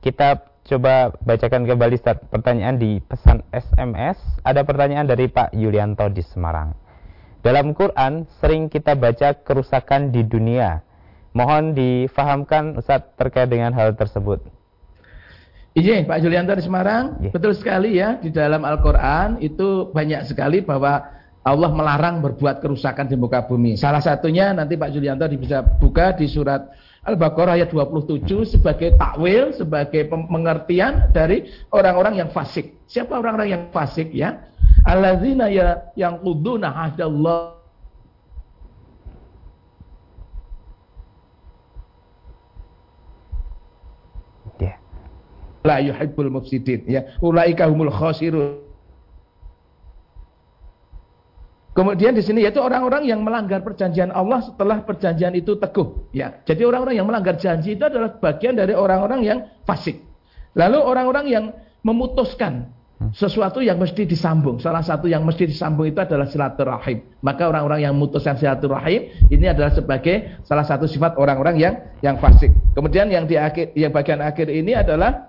Kita coba bacakan kembali pertanyaan di pesan SMS. Ada pertanyaan dari Pak Yulianto di Semarang. Dalam Quran sering kita baca kerusakan di dunia. Mohon difahamkan Ustaz terkait dengan hal tersebut. Iya, Pak Yulianto di Semarang, betul sekali ya. Di dalam Al-Quran itu banyak sekali bahwa Allah melarang berbuat kerusakan di muka bumi. Salah satunya nanti Pak Yulianto bisa buka di surat Al-Baqarah ayat 27 sebagai takwil, sebagai pengertian dari orang-orang yang fasik. Siapa orang-orang yang fasik ya? Alladzina yang quduna ahdallah. La yuhibbul mufsidin ya. Ulaika humul khasirun. Kemudian di sini yaitu orang-orang yang melanggar perjanjian Allah setelah perjanjian itu teguh ya. Jadi orang-orang yang melanggar janji itu adalah bagian dari orang-orang yang fasik. Lalu orang-orang yang memutuskan sesuatu yang mesti disambung. Salah satu yang mesti disambung itu adalah silaturahim. Maka orang-orang yang memutuskan silaturahim ini adalah sebagai salah satu sifat orang-orang yang fasik. Kemudian yang di akhir, yang bagian akhir ini adalah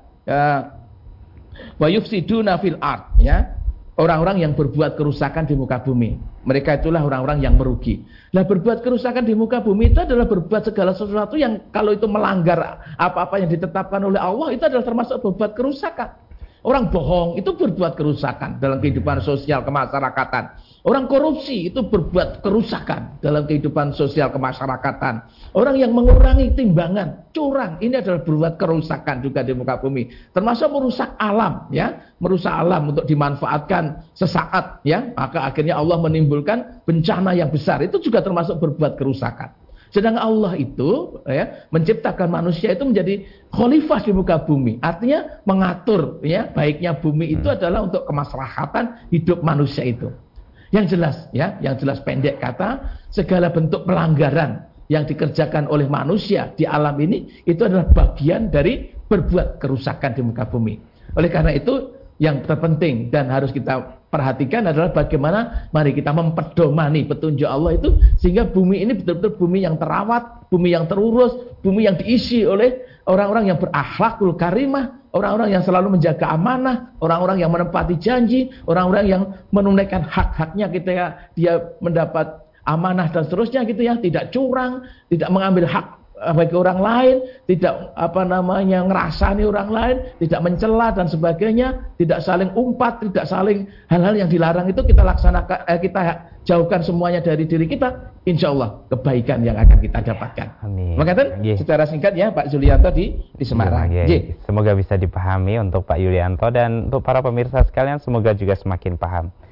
wa yufsiduna fil ard ya. Orang-orang yang berbuat kerusakan di muka bumi. Mereka itulah orang-orang yang merugi. Nah, berbuat kerusakan di muka bumi itu adalah berbuat segala sesuatu yang kalau itu melanggar apa-apa yang ditetapkan oleh Allah, itu adalah termasuk berbuat kerusakan. Orang bohong itu berbuat kerusakan dalam kehidupan sosial kemasyarakatan. Orang korupsi itu berbuat kerusakan dalam kehidupan sosial kemasyarakatan. Orang yang mengurangi timbangan, curang, ini adalah berbuat kerusakan juga di muka bumi. Termasuk merusak alam, ya, merusak alam untuk dimanfaatkan sesaat, ya. Maka akhirnya Allah menimbulkan bencana yang besar. Itu juga termasuk berbuat kerusakan. Sedangkan Allah itu ya, menciptakan manusia itu menjadi khalifah di muka bumi. Artinya mengatur ya, baiknya bumi itu adalah untuk kemaslahatan hidup manusia itu. Yang jelas ya, yang jelas pendek kata, segala bentuk pelanggaran yang dikerjakan oleh manusia di alam ini itu adalah bagian dari berbuat kerusakan di muka bumi. Oleh karena itu yang terpenting dan harus kita perhatikan adalah bagaimana mari kita memperdomani petunjuk Allah itu sehingga bumi ini betul-betul bumi yang terawat, bumi yang terurus, bumi yang diisi oleh orang-orang yang berakhlakul karimah, orang-orang yang selalu menjaga amanah, orang-orang yang menepati janji, orang-orang yang menunaikan hak-haknya ketika dia mendapat amanah dan seterusnya gitu ya, tidak curang, tidak mengambil hak bagi orang lain, tidak ngerasani orang lain, tidak mencela dan sebagainya, tidak saling umpat, tidak saling hal-hal yang dilarang itu kita laksanakan, kita jauhkan semuanya dari diri kita, insya Allah kebaikan yang akan kita dapatkan. Amin. Makanya secara singkat ya Pak Yulianto di Semarang. Semoga bisa dipahami untuk Pak Yulianto dan untuk para pemirsa sekalian semoga juga semakin paham.